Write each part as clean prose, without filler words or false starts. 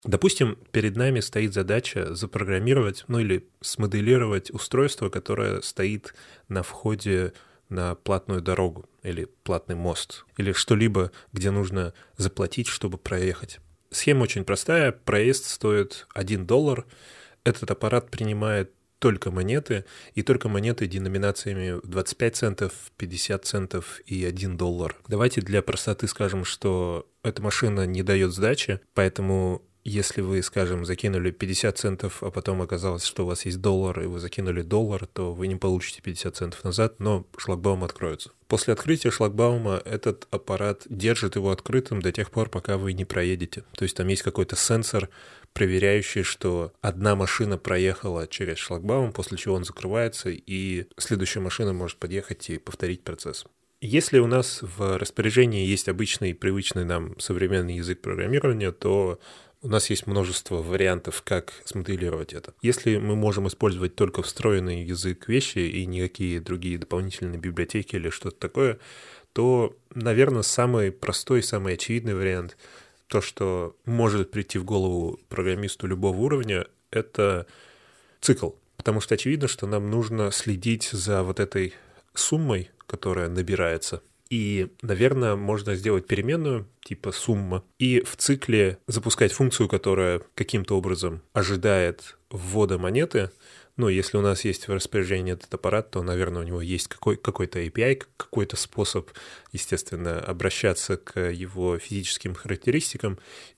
Допустим, перед нами стоит задача запрограммировать, или смоделировать устройство, которое стоит на входе на платную дорогу или платный мост, или что-либо, где нужно заплатить, чтобы проехать. Схема очень простая. Проезд стоит $1. Этот аппарат принимает только монеты, и только монеты деноминациями в 25 центов, 50 центов и $1. Давайте для простоты скажем, что эта машина не дает сдачи, поэтому если вы, скажем, закинули 50 центов, а потом оказалось, что у вас есть $1, и вы закинули $1, то вы не получите 50 центов назад, но шлагбаум откроется. После открытия шлагбаума этот аппарат держит его открытым до тех пор, пока вы не проедете. То есть там есть какой-то сенсор, проверяющий, что одна машина проехала через шлагбаум, после чего он закрывается, и следующая машина может подъехать и повторить процесс. Если у нас в распоряжении есть обычный, привычный нам современный язык программирования, то у нас есть множество вариантов, как смоделировать это. Если мы можем использовать только встроенный язык вещи и никакие другие дополнительные библиотеки или что-то такое, то, наверное, самый простой, самый очевидный вариант, то, что может прийти в голову программисту любого уровня, это цикл. Потому что очевидно, что нам нужно следить за вот этой суммой, которая набирается. И, наверное, можно сделать переменную, типа сумма, и в цикле запускать функцию, которая каким-то образом ожидает ввода монеты. Если у нас есть в распоряжении этот аппарат, то, наверное, у него есть какой-то API, какой-то способ, естественно, обращаться к его физическим характеристикам.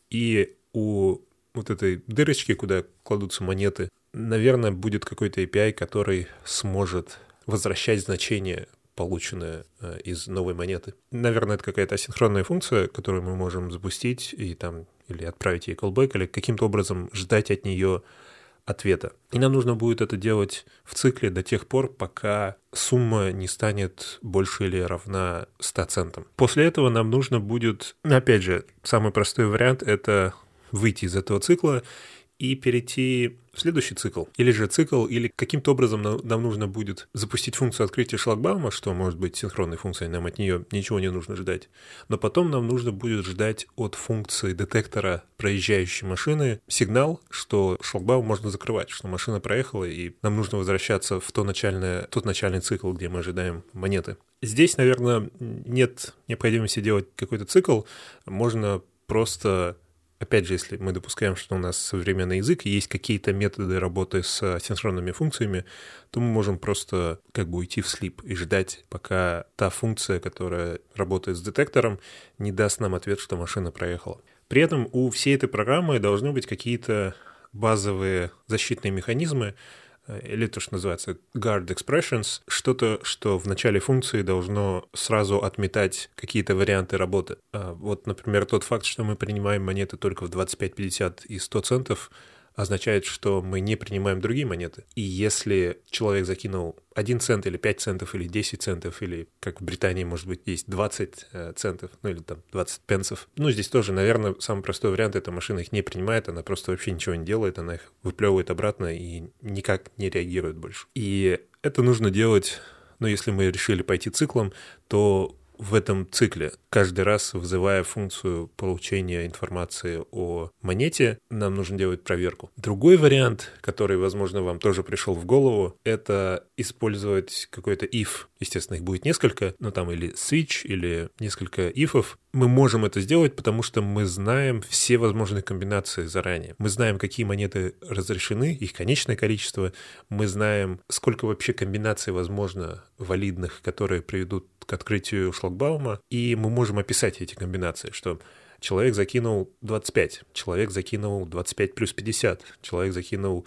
И у вот этой дырочки, куда кладутся монеты, наверное, будет какой-то API, который сможет возвращать значение, полученное из новой монеты. Наверное, это какая-то асинхронная функция, которую мы можем запустить и или отправить ей callback, или каким-то образом ждать от нее ответа. И нам нужно будет это делать в цикле до тех пор, пока сумма не станет больше или равна 100 центам. После этого нам нужно будет, опять же, самый простой вариант — это выйти из этого цикла и перейти в следующий цикл. Или каким-то образом нам нужно будет запустить функцию открытия шлагбаума, что может быть синхронной функцией, нам от нее ничего не нужно ждать. Но потом нам нужно будет ждать от функции детектора проезжающей машины сигнал, что шлагбаум можно закрывать, что машина проехала, и нам нужно возвращаться в тот начальный цикл, где мы ожидаем монеты. Здесь, наверное, нет необходимости делать какой-то цикл, можно просто... Опять же, если мы допускаем, что у нас современный язык и есть какие-то методы работы с асинхронными функциями, то мы можем просто уйти в слип и ждать, пока та функция, которая работает с детектором, не даст нам ответ, что машина проехала. При этом у всей этой программы должны быть какие-то базовые защитные механизмы, или то, что называется guard expressions, что-то, что в начале функции должно сразу отметать какие-то варианты работы. Вот, например, тот факт, что мы принимаем монеты только в 25, 50 и 100 центов, означает, что мы не принимаем другие монеты. И если человек закинул 1 цент или 5 центов или 10 центов, или, как в Британии, может быть, есть 20 центов, или 20 пенсов. Здесь тоже, наверное, самый простой вариант — это машина их не принимает, она просто вообще ничего не делает, она их выплевывает обратно и никак не реагирует больше. И это нужно делать, если мы решили пойти циклом, то в этом цикле, каждый раз вызывая функцию получения информации о монете, нам нужно делать проверку. Другой вариант, который, возможно, вам тоже пришел в голову, это использовать какой-то if. Естественно, их будет несколько, или switch, или несколько ифов. Мы можем это сделать, потому что мы знаем все возможные комбинации заранее. Мы знаем, какие монеты разрешены, их конечное количество. Мы знаем, сколько вообще комбинаций возможно валидных, которые приведут к открытию шлагбаума, и мы можем описать эти комбинации, что человек закинул 25, человек закинул 25 плюс 50, человек закинул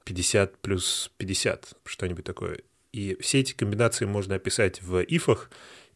50 плюс 50, что-нибудь такое. И все эти комбинации можно описать в ифах,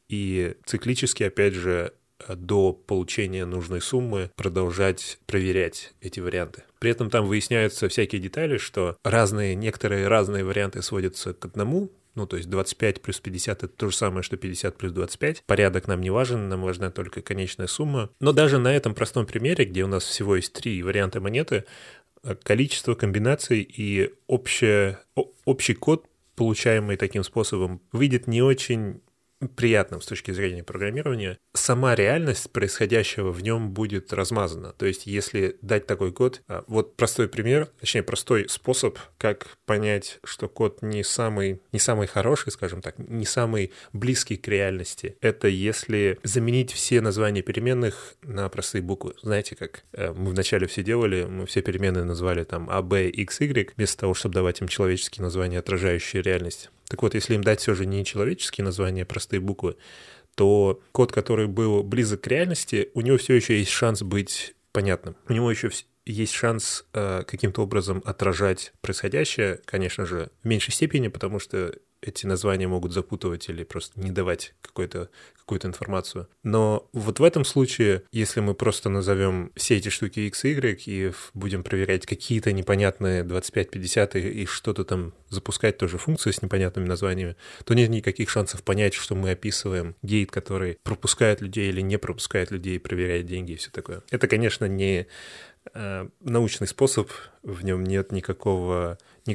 и циклически, опять же, до получения нужной суммы продолжать проверять эти варианты. При этом там выясняются всякие детали, что некоторые разные варианты сводятся к одному. То есть 25 плюс 50 — это то же самое, что 50 плюс 25. Порядок нам не важен, нам важна только конечная сумма. Но даже на этом простом примере, где у нас всего есть 3 варианта монеты, количество комбинаций и общий код, получаемый таким способом, выйдет не очень приятным с точки зрения программирования, сама реальность происходящего в нем будет размазана. То есть если дать такой код, вот простой пример, точнее простой способ, как понять, что код не самый хороший, скажем так, не самый близкий к реальности, это если заменить все названия переменных на простые буквы. Знаете, как мы вначале все делали, мы все переменные назвали там A, B, X, Y, вместо того, чтобы давать им человеческие названия, отражающие реальность. Так вот, если им дать все же не человеческие названия, а простые буквы, то код, который был близок к реальности, у него все еще есть шанс быть понятным. У него еще есть шанс каким-то образом отражать происходящее, конечно же, в меньшей степени, потому что эти названия могут запутывать или просто не давать какую-то информацию. Но вот в этом случае, если мы просто назовем все эти штуки X и Y и будем проверять какие-то непонятные 25-50 и что-то там запускать, тоже функции с непонятными названиями, то нет никаких шансов понять, что мы описываем гейт, который пропускает людей или не пропускает людей, проверяет деньги и все такое. Это, конечно, не научный способ, в нем нет никакой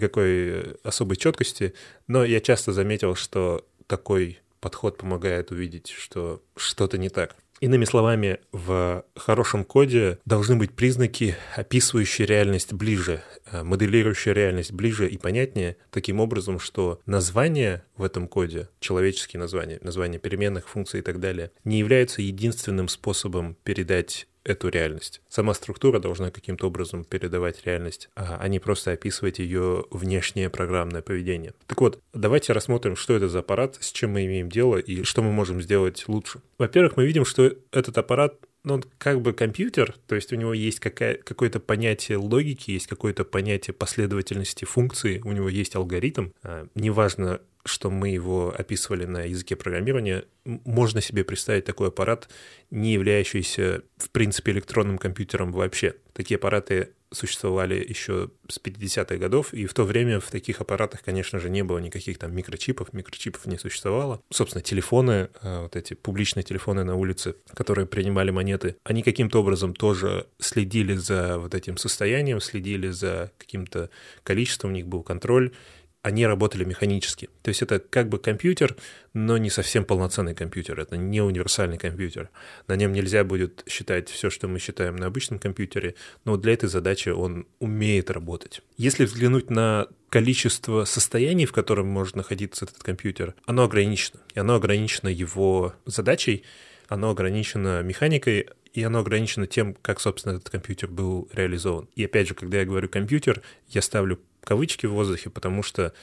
особой четкости, но я часто заметил, что такой подход помогает увидеть, что что-то не так. Иными словами, в хорошем коде должны быть признаки, описывающие реальность ближе, моделирующие реальность ближе и понятнее, таким образом, что названия в этом коде, человеческие названия переменных, функций и так далее, не являются единственным способом передать эту реальность. Сама структура должна каким-то образом передавать реальность, а не просто описывать ее внешнее программное поведение. Так вот, давайте рассмотрим, что это за аппарат, с чем мы имеем дело и что мы можем сделать лучше. Во-первых, мы видим, что этот аппарат, он как бы компьютер, то есть у него есть какое-то понятие логики, есть какое-то понятие последовательности функций, у него есть алгоритм. Неважно, что мы его описывали на языке программирования, можно себе представить такой аппарат, не являющийся, в принципе, электронным компьютером вообще. Такие аппараты существовали еще с 50-х годов, и в то время в таких аппаратах, конечно же, не было никаких там микрочипов не существовало. Собственно, телефоны, вот эти публичные телефоны на улице, которые принимали монеты, они каким-то образом тоже следили за вот этим состоянием, следили за каким-то количеством, у них был контроль, они работали механически. То есть это как бы компьютер, но не совсем полноценный компьютер. Это не универсальный компьютер. На нем нельзя будет считать все, что мы считаем на обычном компьютере, но для этой задачи он умеет работать. Если взглянуть на количество состояний, в котором может находиться этот компьютер, оно ограничено. И оно ограничено его задачей, оно ограничено механикой, и оно ограничено тем, как, собственно, этот компьютер был реализован. И опять же, когда я говорю «компьютер», я ставлю кавычки в воздухе, потому что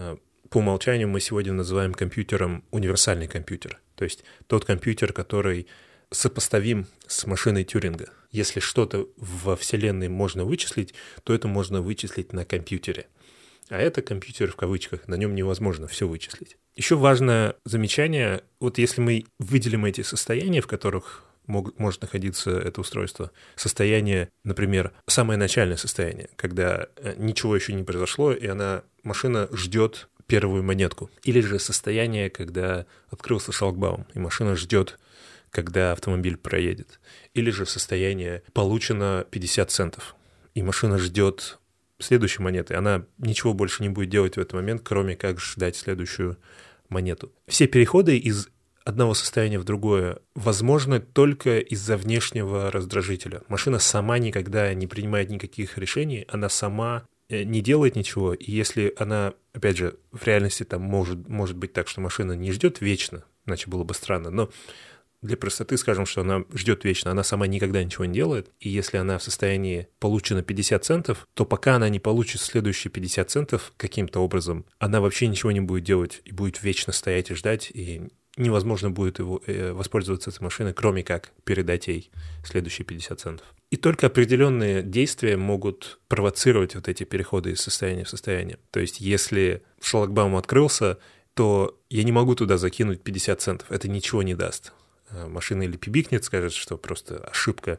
по умолчанию мы сегодня называем компьютером универсальный компьютер. То есть тот компьютер, который сопоставим с машиной Тьюринга. Если что-то во Вселенной можно вычислить, то это можно вычислить на компьютере. А это компьютер в кавычках, на нем невозможно все вычислить. Еще важное замечание, вот если мы выделим эти состояния, в которых может находиться это устройство. Состояние, например, самое начальное состояние, когда ничего еще не произошло, и машина ждет первую монетку. Или же состояние, когда открылся шлагбаум, и машина ждет, когда автомобиль проедет. Или же состояние получено 50 центов, и машина ждет следующей монеты. Она ничего больше не будет делать в этот момент, кроме как ждать следующую монету. Все переходы из одного состояния в другое возможно только из-за внешнего раздражителя. Машина сама никогда не принимает никаких решений, она сама не делает ничего, и если она, опять же, в реальности там может быть так, что машина не ждет вечно, иначе было бы странно, но для простоты скажем, что она ждет вечно, она сама никогда ничего не делает, и если она в состоянии получено 50 центов, то пока она не получит следующие 50 центов каким-то образом, она вообще ничего не будет делать и будет вечно стоять и ждать, и невозможно будет воспользоваться этой машиной, кроме как передать ей следующие 50 центов. И только определенные действия могут провоцировать вот эти переходы из состояния в состояние. То есть если шлагбаум открылся, то я не могу туда закинуть 50 центов, это ничего не даст. Машина или пибикнет, скажет, что просто ошибка,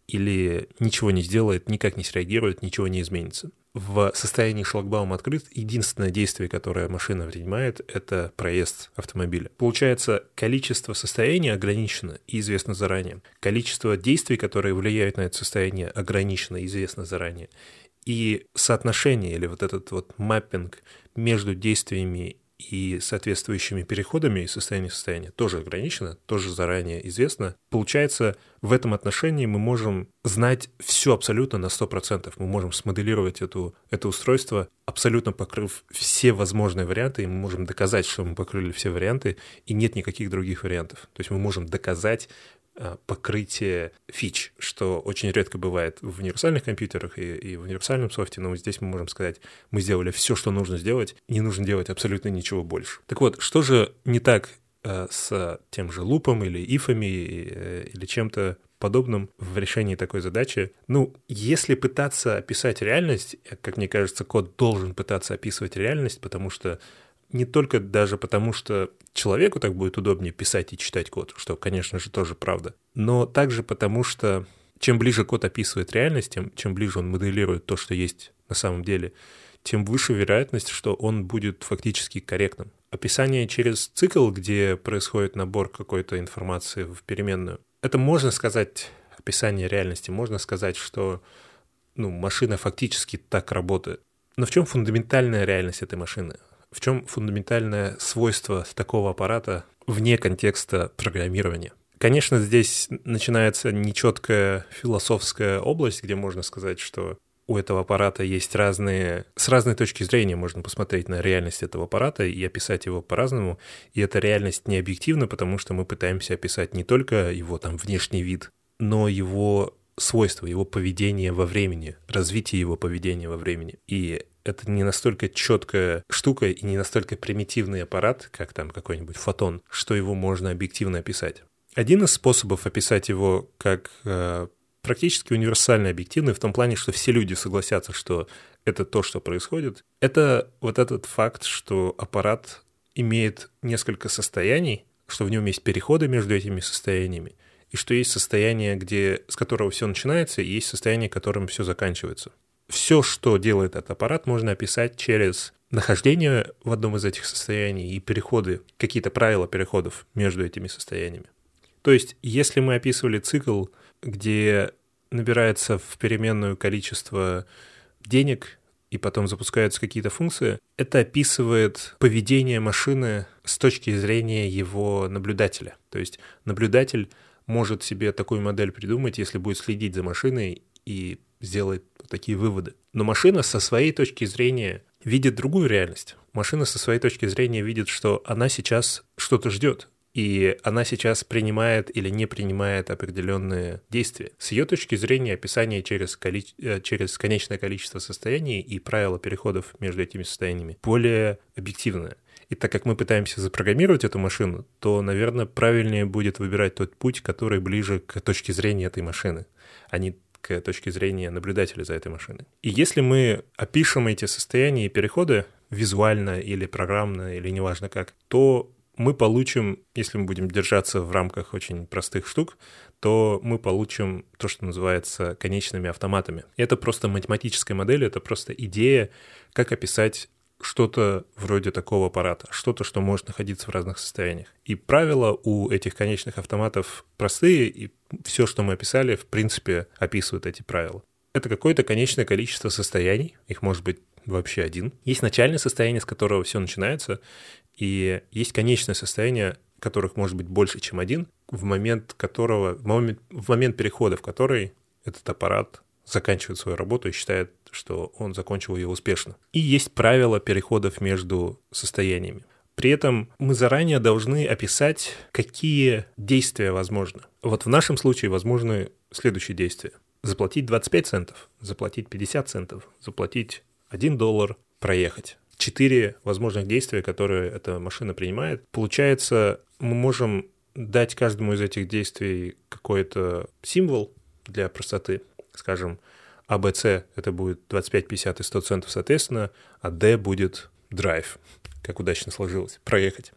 или ничего не сделает, никак не среагирует, ничего не изменится. В состоянии шлагбаум открыт, единственное действие, которое машина принимает, это проезд автомобиля. Получается, количество состояний ограничено и известно заранее. Количество действий, которые влияют на это состояние, ограничено и известно заранее. И соотношение или вот этот вот маппинг между действиями и соответствующими переходами из состояния в состояние тоже ограничено, тоже заранее известно. Получается, в этом отношении мы можем знать все абсолютно на 100%. Мы можем смоделировать это устройство, абсолютно покрыв все возможные варианты, и мы можем доказать, что мы покрыли все варианты, и нет никаких других вариантов. То есть мы можем доказать покрытие фич, что очень редко бывает в универсальных компьютерах и в универсальном софте, но здесь мы можем сказать, мы сделали все, что нужно сделать, и не нужно делать абсолютно ничего больше. Так вот, что же не так с тем же лупом или ифами или чем-то подобным в решении такой задачи? Ну, если пытаться описать реальность, как мне кажется, код должен пытаться описывать реальность, потому что не только даже потому, что человеку так будет удобнее писать и читать код, что, конечно же, тоже правда, но также потому, что чем ближе код описывает реальность, чем ближе он моделирует то, что есть на самом деле, тем выше вероятность, что он будет фактически корректным. Описание через цикл, где происходит набор какой-то информации в переменную, это можно сказать описание реальности, можно сказать, что машина фактически так работает. Но в чем фундаментальная реальность этой машины? В чем фундаментальное свойство такого аппарата вне контекста программирования? Конечно, здесь начинается нечеткая философская область, где можно сказать, что у этого аппарата есть с разной точки зрения можно посмотреть на реальность этого аппарата и описать его по-разному. И эта реальность не объективна, потому что мы пытаемся описать не только его внешний вид, но его свойства, его поведение во времени, развитие его поведения во времени. И это не настолько четкая штука и не настолько примитивный аппарат, как какой-нибудь фотон, что его можно объективно описать. Один из способов описать его как практически универсальный объективный в том плане, что все люди согласятся, что это то, что происходит, это вот этот факт, что аппарат имеет несколько состояний, что в нем есть переходы между этими состояниями, и что есть состояние, с которого все начинается, и есть состояние, которым все заканчивается. Все, что делает этот аппарат, можно описать через нахождение в одном из этих состояний и переходы, какие-то правила переходов между этими состояниями. То есть, если мы описывали цикл, где набирается в переменную количество денег и потом запускаются какие-то функции, это описывает поведение машины с точки зрения его наблюдателя. То есть наблюдатель может себе такую модель придумать, если будет следить за машиной и сделает такие выводы. Но машина со своей точки зрения видит другую реальность. Машина со своей точки зрения видит, что она сейчас что-то ждет, и она сейчас принимает или не принимает определенные действия. С ее точки зрения описание через конечное количество состояний и правила переходов между этими состояниями более объективное. И так как мы пытаемся запрограммировать эту машину, то, наверное, правильнее будет выбирать тот путь, который ближе к точке зрения этой машины, а не к точке зрения наблюдателя за этой машиной. И если мы опишем эти состояния и переходы визуально или программно, или неважно как, то мы получим, если мы будем держаться в рамках очень простых штук, то мы получим то, что называется конечными автоматами. И это просто математическая модель, это просто идея, как описать что-то вроде такого аппарата, что-то, что может находиться в разных состояниях. И правила у этих конечных автоматов простые, и все, что мы описали, в принципе, описывает эти правила. Это какое-то конечное количество состояний, их может быть вообще один. Есть начальное состояние, с которого все начинается, и есть конечное состояние, которых может быть больше, чем один, в момент перехода, в который этот аппарат заканчивает свою работу и считает, что он закончил ее успешно. И есть правила переходов между состояниями. При этом мы заранее должны описать, какие действия возможны. Вот в нашем случае возможны следующие действия. Заплатить 25 центов, заплатить 50 центов, заплатить $1, проехать. 4 возможных действия, которые эта машина принимает. Получается, мы можем дать каждому из этих действий какой-то символ для простоты. Скажем, ABC — это будет 25, 50 и 100 центов соответственно, а D будет drive, как удачно сложилось, проехать.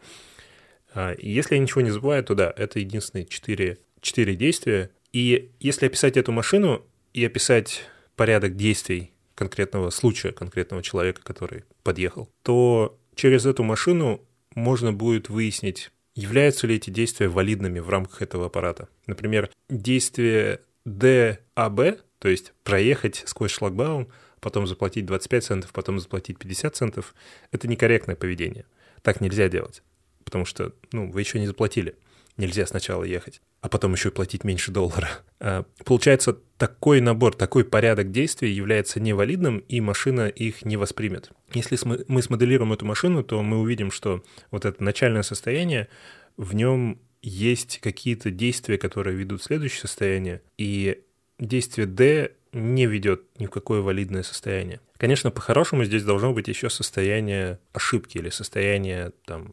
И если я ничего не забываю, то да, это единственные 4 действия. И если описать эту машину и описать порядок действий конкретного случая, конкретного человека, который подъехал, то через эту машину можно будет выяснить, являются ли эти действия валидными в рамках этого аппарата. Например, действие DAB, то есть проехать сквозь шлагбаум, потом заплатить 25 центов, потом заплатить 50 центов, это некорректное поведение. Так нельзя делать, потому что, вы еще не заплатили. Нельзя сначала ехать, а потом еще и платить меньше $1. Получается, такой набор, такой порядок действий является невалидным, и машина их не воспримет. Если мы смоделируем эту машину, то мы увидим, что вот это начальное состояние, в нем есть какие-то действия, которые ведут в следующее состояние, и действие D не ведет ни в какое валидное состояние. Конечно, по-хорошему здесь должно быть еще состояние ошибки или состояние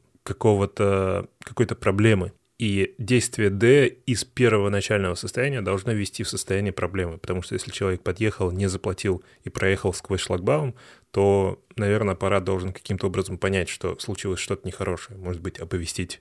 какой-то проблемы. И действие D из первого начального состояния должно вести в состояние проблемы, потому что если человек подъехал, не заплатил и проехал сквозь шлагбаум, то, наверное, аппарат должен каким-то образом понять, что случилось что-то нехорошее, может быть, оповестить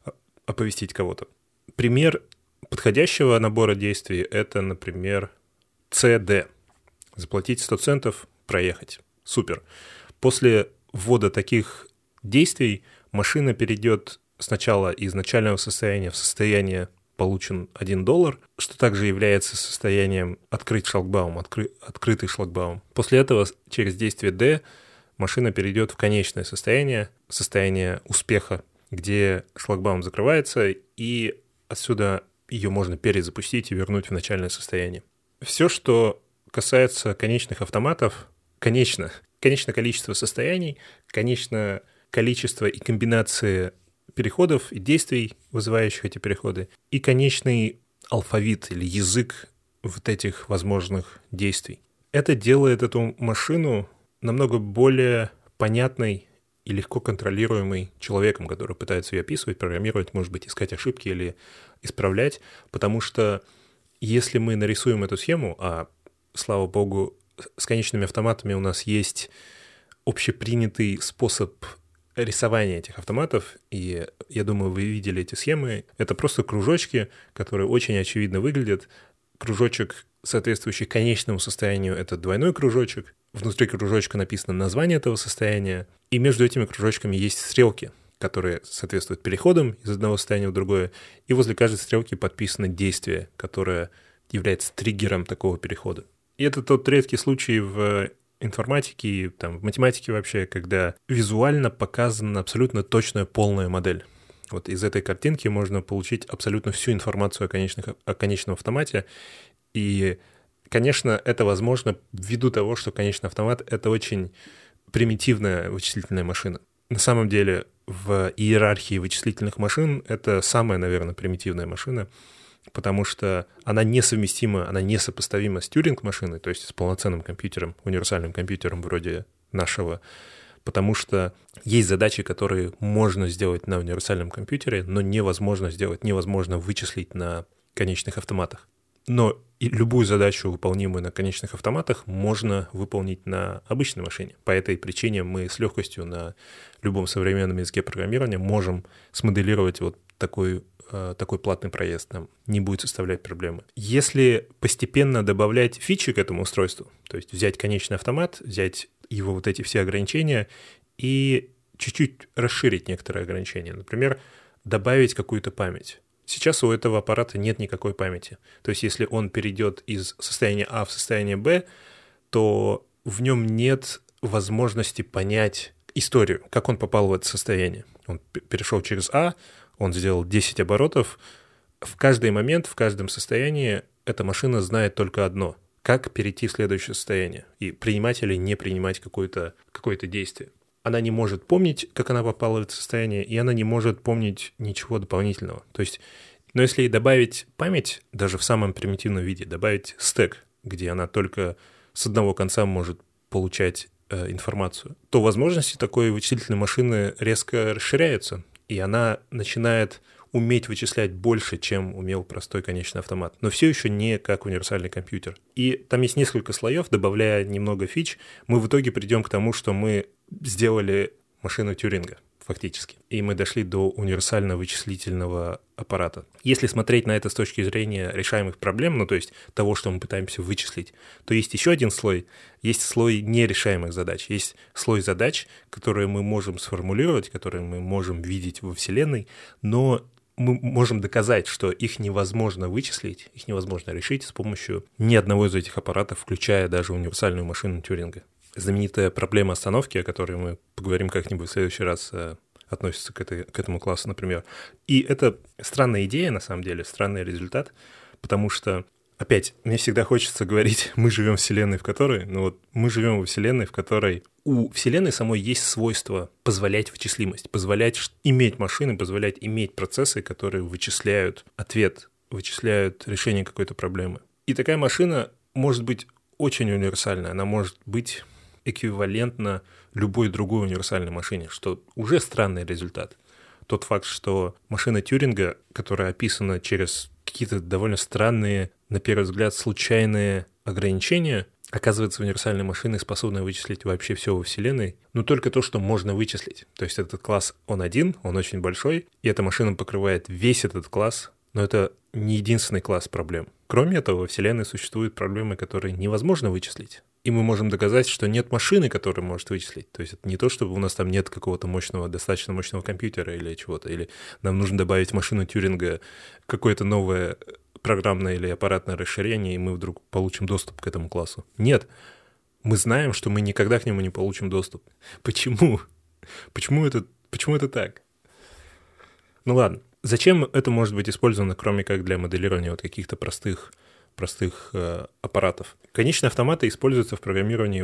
кого-то. Пример подходящего набора действий — это, например, CD. Заплатить 100 центов, проехать. Супер. После ввода таких действий машина перейдет сначала из начального состояния в состояние «получен $1», что также является состоянием «открыть шлагбаум», «открытый шлагбаум». После этого через действие D машина перейдет в конечное состояние успеха, где шлагбаум закрывается, и отсюда ее можно перезапустить и вернуть в начальное состояние. Все, что касается конечных автоматов, конечно количество состояний, конечно количество и комбинации переходов и действий, вызывающих эти переходы, и конечный алфавит или язык вот этих возможных действий. Это делает эту машину намного более понятной и легко контролируемой человеком, который пытается ее описывать, программировать, может быть, искать ошибки или исправлять, потому что если мы нарисуем эту схему, а, слава богу, с конечными автоматами у нас есть общепринятый способ рисования этих автоматов, и я думаю, вы видели эти схемы. Это просто кружочки, которые очень очевидно выглядят. Кружочек, соответствующий конечному состоянию, это двойной кружочек. Внутри кружочка написано название этого состояния, и между этими кружочками есть стрелки, которые соответствуют переходам из одного состояния в другое, и возле каждой стрелки подписано действие, которое является триггером такого перехода. И это тот редкий случай в информатике и в математике вообще, когда визуально показана абсолютно точная полная модель. Вот из этой картинки можно получить абсолютно всю информацию о конечном автомате. И, конечно, это возможно ввиду того, что конечный автомат — это очень примитивная вычислительная машина. На самом деле, в иерархии вычислительных машин это самая, наверное, примитивная машина, потому что она несовместима, она несопоставима с Тьюринг-машиной, то есть с полноценным компьютером, универсальным компьютером вроде нашего, потому что есть задачи, которые можно сделать на универсальном компьютере, но невозможно вычислить на конечных автоматах. Но и любую задачу, выполнимую на конечных автоматах, можно выполнить на обычной машине. По этой причине мы с легкостью на любом современном языке программирования можем смоделировать вот такой платный проезд, нам не будет составлять проблемы. Если постепенно добавлять фичи к этому устройству, то есть взять конечный автомат, взять его вот эти все ограничения и чуть-чуть расширить некоторые ограничения, например, добавить какую-то память. Сейчас у этого аппарата нет никакой памяти. То есть если он перейдет из состояния А в состояние Б, то в нем нет возможности понять историю, как он попал в это состояние. Он перешел через А, он сделал 10 оборотов. В каждый момент, в каждом состоянии эта машина знает только одно — как перейти в следующее состояние и принимать или не принимать какое-то действие. Она не может помнить, как она попала в это состояние, и она не может помнить ничего дополнительного. То есть, но если ей добавить память, даже в самом примитивном виде, добавить стэк, где она только с одного конца может получать информацию, то возможности такой вычислительной машины резко расширяются, и она начинает уметь вычислять больше, чем умел простой конечный автомат, но все еще не как универсальный компьютер. И там есть несколько слоев, добавляя немного фич, мы в итоге придем к тому, что мы сделали машину Тьюринга фактически, и мы дошли до универсального вычислительного аппарата. Если смотреть на это с точки зрения решаемых проблем, то есть того, что мы пытаемся вычислить, то есть еще один слой, есть слой нерешаемых задач, есть слой задач, которые мы можем сформулировать, которые мы можем видеть во Вселенной, но мы можем доказать, что их невозможно вычислить, их невозможно решить с помощью ни одного из этих аппаратов, включая даже универсальную машину Тьюринга. Знаменитая проблема остановки, о которой мы поговорим как-нибудь в следующий раз, относится к этому классу, например. И это странная идея, на самом деле, странный результат, потому что, опять, мне всегда хочется говорить, мы живем в Вселенной, в которой, мы живем во Вселенной, в которой у Вселенной самой есть свойство позволять вычислимость, позволять иметь машины, позволять иметь процессы, которые вычисляют ответ, вычисляют решение какой-то проблемы. И такая машина может быть очень универсальная, она может быть эквивалентна любой другой универсальной машине, что уже странный результат. Тот факт, что машина Тьюринга, которая описана через какие-то довольно странные, на первый взгляд, случайные ограничения, оказывается универсальной машиной, способной вычислить вообще все во Вселенной, но только то, что можно вычислить. То есть этот класс, он один, он очень большой, и эта машина покрывает весь этот класс, но это не единственный класс проблем. Кроме этого, во Вселенной существуют проблемы, которые невозможно вычислить. И мы можем доказать, что нет машины, которая может вычислить. То есть это не то, чтобы у нас там нет какого-то достаточно мощного компьютера или чего-то, или нам нужно добавить в машину Тьюринга какое-то новое программное или аппаратное расширение, и мы вдруг получим доступ к этому классу. Нет, мы знаем, что мы никогда к нему не получим доступ. Почему? Почему это так? Ну ладно. Зачем это может быть использовано, кроме как для моделирования каких-то простых аппаратов? Конечные автоматы используются в программировании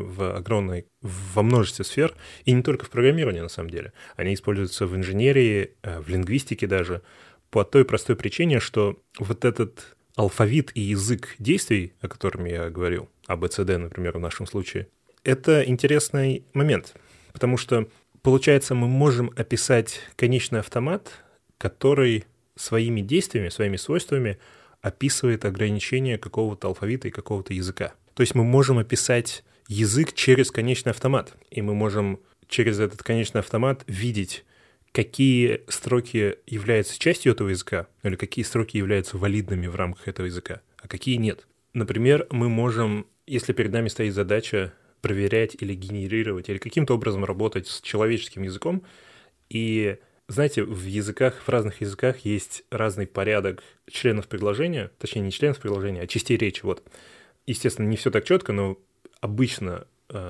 во множестве сфер, и не только в программировании, на самом деле. Они используются в инженерии, в лингвистике даже, по той простой причине, что вот этот алфавит и язык действий, о котором я говорил, ABCD, например, в нашем случае, это интересный момент, потому что, получается, мы можем описать конечный автомат, который своими действиями, своими свойствами описывает ограничения какого-то алфавита и какого-то языка. То есть мы можем описать язык через конечный автомат, и мы можем через этот конечный автомат видеть, какие строки являются частью этого языка, или какие строки являются валидными в рамках этого языка, а какие нет. Например, мы можем, если перед нами стоит задача проверять или генерировать, или каким-то образом работать с человеческим языком, и знаете, в разных языках есть разный порядок членов предложения, точнее, не членов предложения, а частей речи. Вот. Естественно, не все так четко, но обычно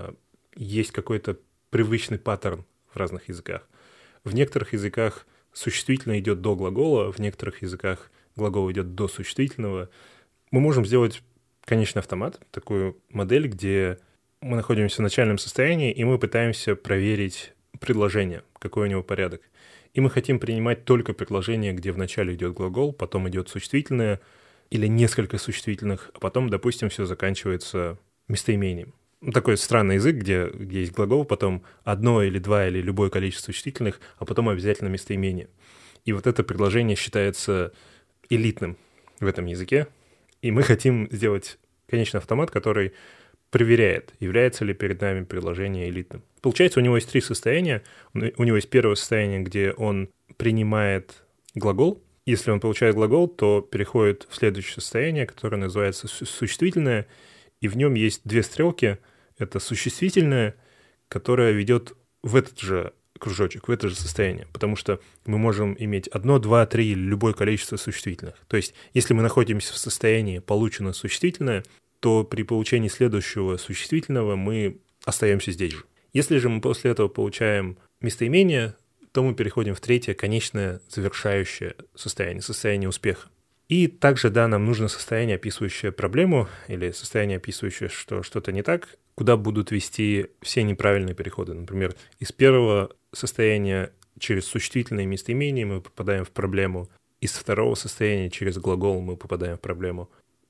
есть какой-то привычный паттерн в разных языках. В некоторых языках существительное идет до глагола, в некоторых языках глагол идет до существительного. Мы можем сделать конечный автомат, такую модель, где мы находимся в начальном состоянии, и мы пытаемся проверить предложение, какой у него порядок. И мы хотим принимать только предложение, где вначале идет глагол, потом идет существительное или несколько существительных, а потом, допустим, все заканчивается местоимением. Такой странный язык, где есть глагол, потом одно или два или любое количество существительных, а потом обязательно местоимение. И вот это предложение считается элитным в этом языке. И мы хотим сделать конечный автомат, который проверяет, является ли перед нами предложение элитным. Получается, у него есть три состояния. У него есть первое состояние, где он принимает глагол. Если он получает глагол, то переходит в следующее состояние, которое называется существительное, и в нем есть две стрелки. Это существительное, которое ведет в этот же кружочек, в это же состояние, потому что мы можем иметь 1, 2, 3 или любое количество существительных. То есть, если мы находимся в состоянии получено существительное, то при получении следующего существительного мы остаемся здесь же. Если же мы после этого получаем местоимение, то мы переходим в третье, конечное, завершающее состояние успеха. И также, да, нам нужно состояние, описывающее проблему, или состояние, описывающее, что что-то не так, куда будут вести все неправильные переходы. Например, из первого состояния через существительное местоимение мы попадаем в проблему, из второго состояния через глагол мы попадаем в проблему.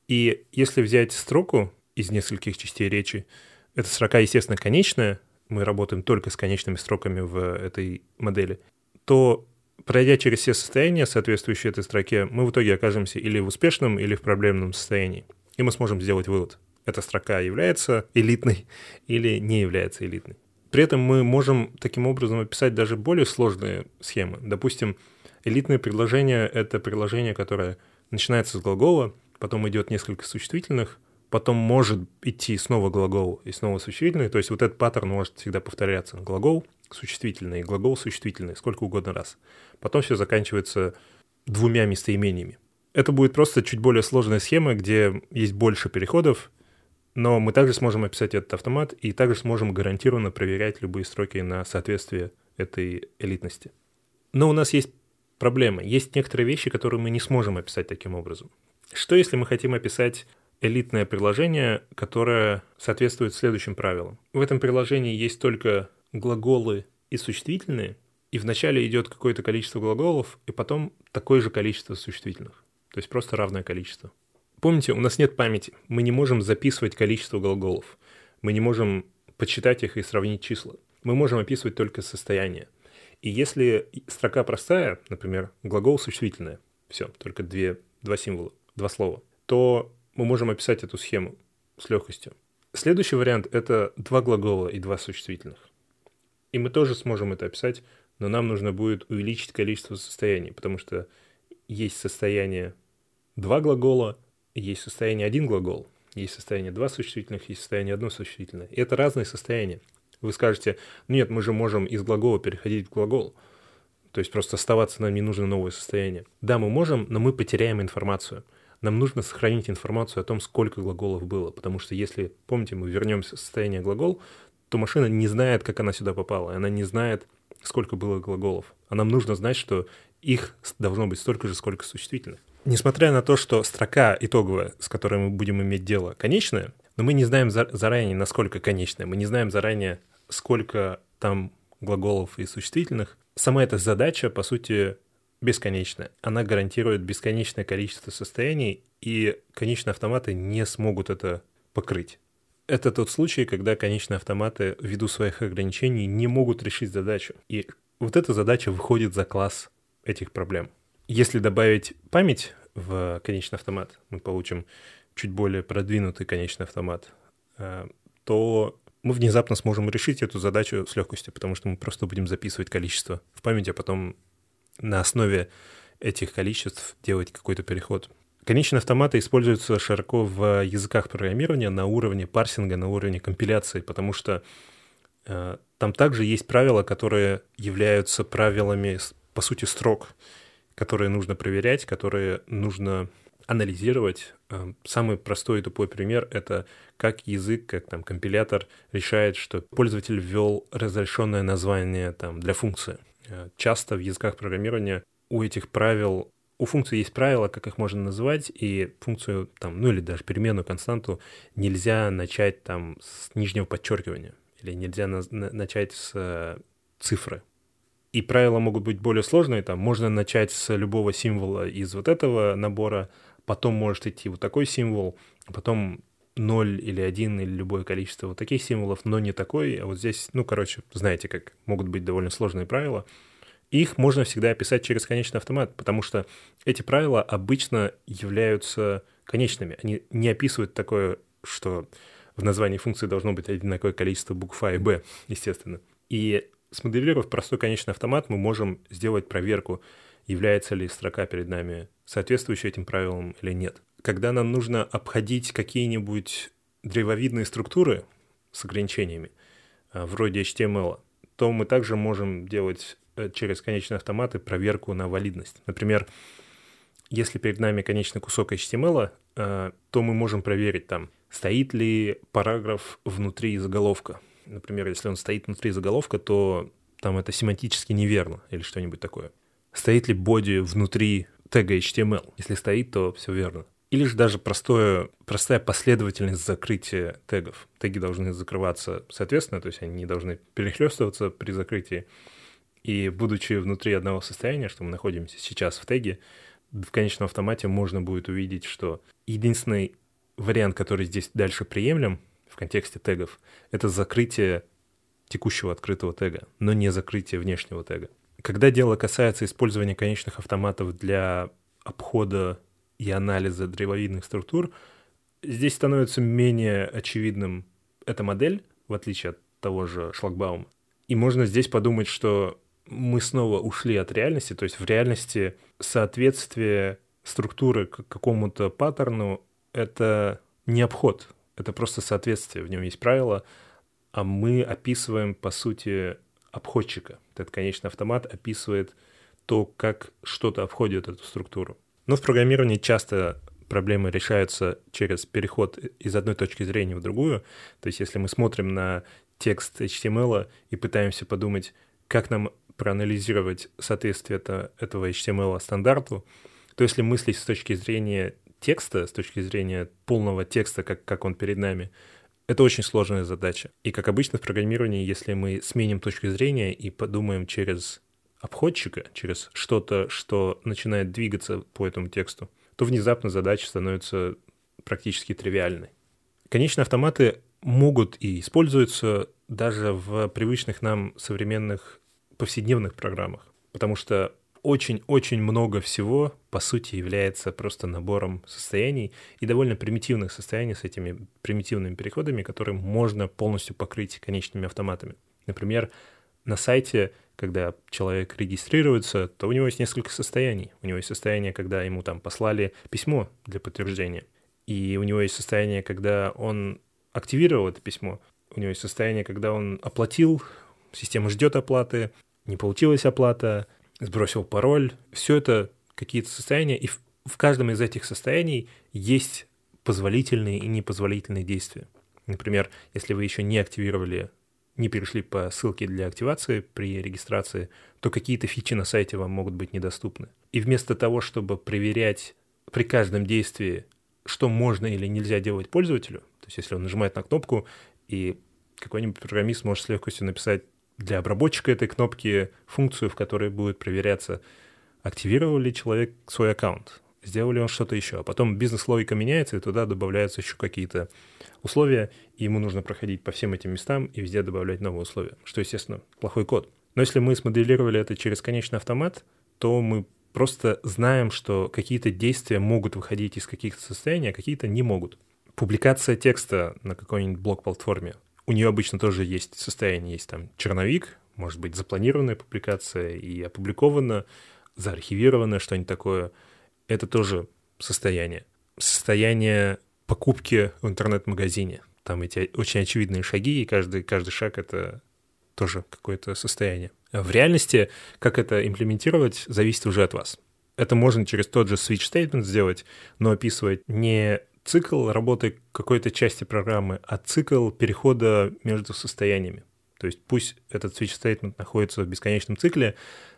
И если взять строку из нескольких частей речи, эта строка, естественно, конечная, мы работаем только с конечными строками в этой модели, то, пройдя через все состояния, соответствующие этой строке, мы в итоге окажемся или в успешном, или в проблемном состоянии. И мы сможем сделать вывод, эта строка является элитной или не является элитной. При этом мы можем таким образом описать даже более сложные схемы. Допустим, элитное предложение — это предложение, которое начинается с глагола, потом идет несколько существительных, потом может идти снова глагол и снова существительный. То есть вот этот паттерн может всегда повторяться. Глагол существительный, глагол существительный, сколько угодно раз. Потом все заканчивается двумя местоимениями. Это будет просто чуть более сложная схема, где есть больше переходов, но мы также сможем описать этот автомат и также сможем гарантированно проверять любые строки на соответствие этой элитности. Но у нас есть проблема. Есть некоторые вещи, которые мы не сможем описать таким образом. Что если мы хотим описать элитное приложение, которое соответствует следующим правилам? В этом приложении есть только глаголы и существительные, и вначале идет какое-то количество глаголов, и потом такое же количество существительных. То есть просто равное количество. Помните, у нас нет памяти. Мы не можем записывать количество глаголов. Мы не можем подсчитать их и сравнить числа. Мы можем описывать только состояние. И если строка простая, например, глагол существительное, все, только два символа, два слова, то мы можем описать эту схему с легкостью. Следующий вариант — это два глагола и два существительных. И мы тоже сможем это описать, но нам нужно будет увеличить количество состояний, потому что есть состояние два глагола, есть состояние один глагол, есть состояние два существительных, есть состояние одно существительное. И это разные состояния. Вы скажете, нет, мы же можем из глагола переходить в глагол. То есть просто оставаться нам не нужно новое состояние. Да, мы можем, но мы потеряем информацию. Нам нужно сохранить информацию о том, сколько глаголов было. Потому что если, помните, мы вернемся в состояние глагол, то машина не знает, как она сюда попала. Она не знает, сколько было глаголов. А нам нужно знать, что их должно быть столько же, сколько существительных. Несмотря на то, что строка итоговая, с которой мы будем иметь дело, конечная, но мы не знаем заранее, насколько конечная. Мы не знаем заранее, сколько там глаголов и существительных. Сама эта задача, по сути, бесконечная. Она гарантирует бесконечное количество состояний, и конечные автоматы не смогут это покрыть. Это тот случай, когда конечные автоматы, ввиду своих ограничений, не могут решить задачу. И вот эта задача выходит за класс этих проблем. Если добавить память в конечный автомат, мы получим чуть более продвинутый конечный автомат, то мы внезапно сможем решить эту задачу с легкостью, потому что мы просто будем записывать количество в память, а потом на основе этих количеств делать какой-то переход. Конечные автоматы используются широко в языках программирования на уровне парсинга, на уровне компиляции, потому что там также есть правила, которые являются правилами, по сути, строк, которые нужно проверять, которые нужно анализировать. Самый простой и тупой пример — это как язык, как там компилятор решает, что пользователь ввел разрешенное название там для функции. Часто в языках программирования у этих правил, у функций есть правила, как их можно называть, и функцию там, ну или даже переменную, константу нельзя начать там с нижнего подчеркивания, или нельзя начать с цифры. И правила могут быть более сложные, там можно начать с любого символа из вот этого набора, потом может идти вот такой символ, потом 0 или 1 или любое количество вот таких символов, но не такой. А вот здесь, знаете, как могут быть довольно сложные правила. Их можно всегда описать через конечный автомат, потому что эти правила обычно являются конечными. Они не описывают такое, что в названии функции должно быть одинаковое количество букв А и Б, естественно. И смоделировав простой конечный автомат, мы можем сделать проверку, является ли строка перед нами соответствующей этим правилам или нет. Когда нам нужно обходить какие-нибудь древовидные структуры с ограничениями, вроде HTML, то мы также можем делать через конечные автоматы проверку на валидность. Например, если перед нами конечный кусок HTML, то мы можем проверить там, стоит ли параграф внутри заголовка. Например, если он стоит внутри заголовка, то там это семантически неверно или что-нибудь такое. Стоит ли боди внутри тега HTML? Если стоит, то все верно. Или же даже простая последовательность закрытия тегов. Теги должны закрываться соответственно, то есть они не должны перехлестываться при закрытии. И будучи внутри одного состояния, что мы находимся сейчас в теге, в конечном автомате можно будет увидеть, что единственный вариант, который здесь дальше приемлем в контексте тегов, это закрытие текущего открытого тега, но не закрытие внешнего тега. Когда дело касается использования конечных автоматов для обхода и анализа древовидных структур, здесь становится менее очевидным эта модель, в отличие от того же шлагбаума. И можно здесь подумать, что мы снова ушли от реальности, то есть в реальности соответствие структуры к какому-то паттерну — это не обход, это просто соответствие, в нем есть правила, а мы описываем, по сути, обходчика. Этот конечный автомат описывает то, как что-то обходит эту структуру. Но в программировании часто проблемы решаются через переход из одной точки зрения в другую. То есть если мы смотрим на текст HTML и пытаемся подумать, как нам проанализировать соответствие этого HTML стандарту, то если мыслить с точки зрения текста, с точки зрения полного текста, как он перед нами, это очень сложная задача. И как обычно в программировании, если мы сменим точку зрения и подумаем через обходчика, через что-то, что начинает двигаться по этому тексту, то внезапно задача становится практически тривиальной. Конечные автоматы могут и используются даже в привычных нам современных повседневных программах, потому что очень-очень много всего, по сути, является просто набором состояний и довольно примитивных состояний с этими примитивными переходами, которые можно полностью покрыть конечными автоматами. Например, на сайте, когда человек регистрируется, то у него есть несколько состояний. У него есть состояние, когда ему там послали письмо для подтверждения. И у него есть состояние, когда он активировал это письмо. У него есть состояние, когда он оплатил, система ждет оплаты, не получилась оплата, сбросил пароль. Все это какие-то состояния, и в каждом из этих состояний есть позволительные и непозволительные действия. Например, если вы еще не активировали, не перешли по ссылке для активации при регистрации, то какие-то фичи на сайте вам могут быть недоступны. И вместо того, чтобы проверять при каждом действии, что можно или нельзя делать пользователю, то есть если он нажимает на кнопку, и какой-нибудь программист может с легкостью написать для обработчика этой кнопки функцию, в которой будет проверяться, активировал ли человек свой аккаунт, сделал ли он что-то еще. А потом бизнес-логика меняется, и туда добавляются еще какие-то условия, и ему нужно проходить по всем этим местам и везде добавлять новые условия, что, естественно, плохой код. Но если мы смоделировали это через конечный автомат, то мы просто знаем, что какие-то действия могут выходить из каких-то состояний, а какие-то не могут. Публикация текста на какой-нибудь блог-платформе, у нее обычно тоже есть состояние, есть там черновик, может быть запланированная публикация и опубликована, заархивировано, что-нибудь такое. Это тоже состояние. Состояние покупки в интернет-магазине. Там эти очень очевидные шаги, и каждый шаг — это тоже какое-то состояние. В реальности, как это имплементировать, зависит уже от вас. Это можно через тот же switch statement сделать, но описывать не цикл работы какой-то части программы, а цикл перехода между состояниями. То есть пусть этот switch statement находится в бесконечном цикле,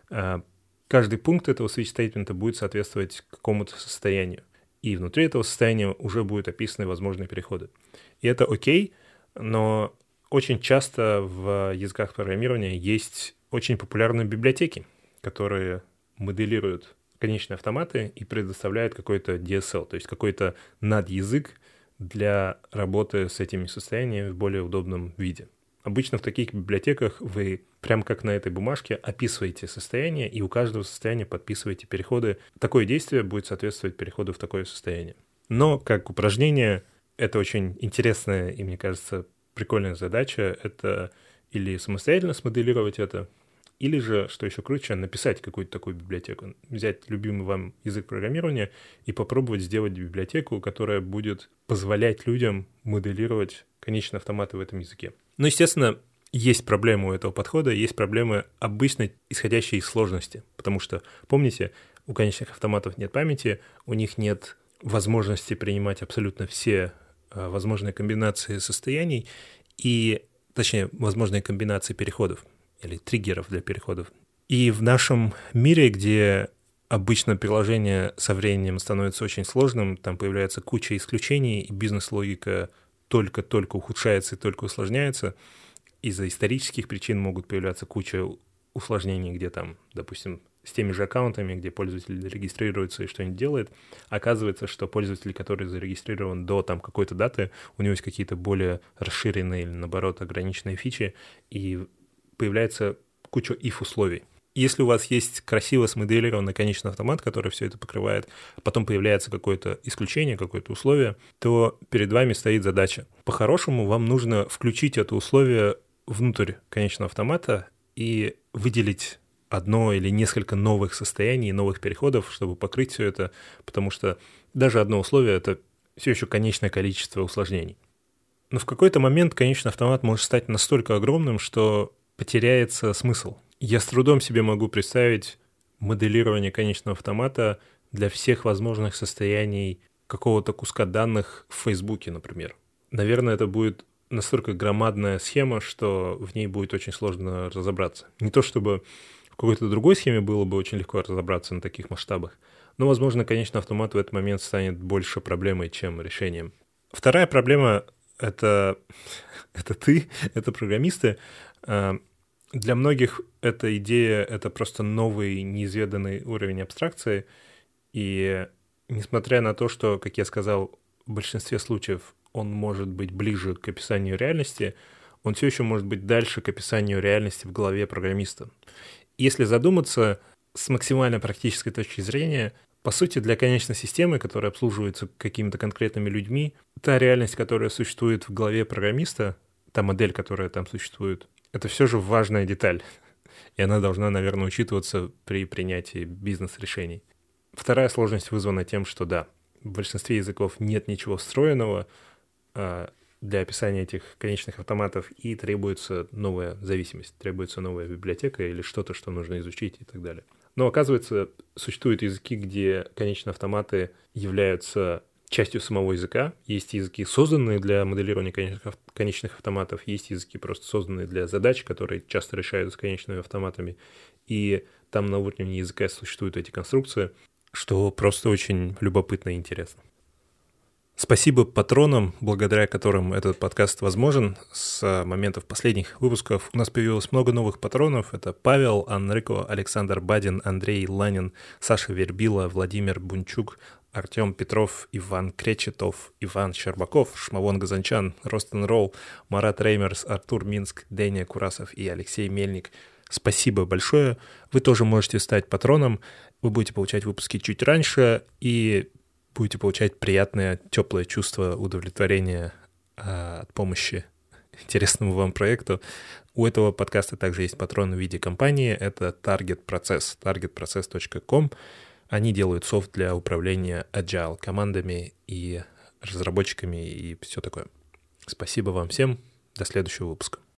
каждый пункт этого switch statement будет соответствовать какому-то состоянию. И внутри этого состояния уже будут описаны возможные переходы. И это окей, но очень часто в языках программирования есть очень популярные библиотеки, которые моделируют конечные автоматы и предоставляют какой-то DSL, то есть какой-то надязык для работы с этими состояниями в более удобном виде. Обычно в таких библиотеках вы прямо как на этой бумажке описываете состояние, и у каждого состояния подписываете переходы. Такое действие будет соответствовать переходу в такое состояние. Но как упражнение это очень интересная и, мне кажется, прикольная задача. Это или самостоятельно смоделировать это, или же, что еще круче, написать какую-то такую библиотеку. Взять любимый вам язык программирования и попробовать сделать библиотеку, которая будет позволять людям моделировать конечные автоматы в этом языке. Но, естественно, есть проблемы у этого подхода, есть проблемы обычно исходящие из сложности. Потому что, помните, у конечных автоматов нет памяти, у них нет возможности принимать абсолютно все возможные комбинации состояний, точнее, возможные комбинации переходов или триггеров для переходов. И в нашем мире, где обычно приложение со временем становится очень сложным, там появляется куча исключений, и бизнес-логика только-только ухудшается и только усложняется. Из-за исторических причин могут появляться куча усложнений, где там, допустим, с теми же аккаунтами, где пользователь регистрируется и что-нибудь делает, оказывается, что пользователь, который зарегистрирован до там какой-то даты, у него есть какие-то более расширенные или, наоборот, ограниченные фичи, и появляется куча if-условий. Если у вас есть красиво смоделированный конечный автомат, который все это покрывает, а потом появляется какое-то исключение, какое-то условие, то перед вами стоит задача. По-хорошему, вам нужно включить это условие внутрь конечного автомата и выделить одно или несколько новых состояний, новых переходов, чтобы покрыть все это, потому что даже одно условие — это все еще конечное количество усложнений. Но в какой-то момент конечный автомат может стать настолько огромным, что потеряется смысл. Я с трудом себе могу представить моделирование конечного автомата для всех возможных состояний какого-то куска данных в Фейсбуке, например. Наверное, это будет настолько громадная схема, что в ней будет очень сложно разобраться. Не то чтобы В какой-то другой схеме было бы очень легко разобраться на таких масштабах. Но, возможно, конечный автомат в этот момент станет больше проблемой, чем решением. Вторая проблема — это ты, это программисты. Для многих эта идея — это просто новый неизведанный уровень абстракции. И несмотря на то, что, как я сказал, в большинстве случаев он может быть ближе к описанию реальности, он все еще может быть дальше к описанию реальности в голове программиста. Если задуматься с максимально практической точки зрения, по сути, для конечной системы, которая обслуживается какими-то конкретными людьми, та реальность, которая существует в голове программиста, та модель, которая там существует, это все же важная деталь. И она должна, наверное, учитываться при принятии бизнес-решений. Вторая сложность вызвана тем, что да, в большинстве языков нет ничего встроенного для описания этих конечных автоматов, и требуется новая зависимость, требуется новая библиотека или что-то, что нужно изучить и так далее. Но оказывается, существуют языки, где конечные автоматы являются частью самого языка. Есть языки, созданные для моделирования конечных автоматов, есть языки, просто созданные для задач, которые часто решаются конечными автоматами. И там на уровне языка существуют эти конструкции, что просто очень любопытно и интересно. Спасибо патронам, благодаря которым этот подкаст возможен. С моментов последних выпусков у нас появилось много новых патронов. Это Павел, Анрико, Александр Бадин, Андрей Ланин, Саша Вербила, Владимир Бунчук, Артем Петров, Иван Кречетов, Иван Щербаков, Шмавон Газанчан, Ростен Ролл, Марат Реймерс, Артур Минск, Дэня Курасов и Алексей Мельник. Спасибо большое. Вы тоже можете стать патроном. Вы будете получать выпуски чуть раньше и будете получать приятное, теплое чувство удовлетворения от помощи интересному вам проекту. У этого подкаста также есть патрон в виде компании. Это Target Process, targetprocess.com. Они делают софт для управления agile командами и разработчиками и все такое. Спасибо вам всем. До следующего выпуска.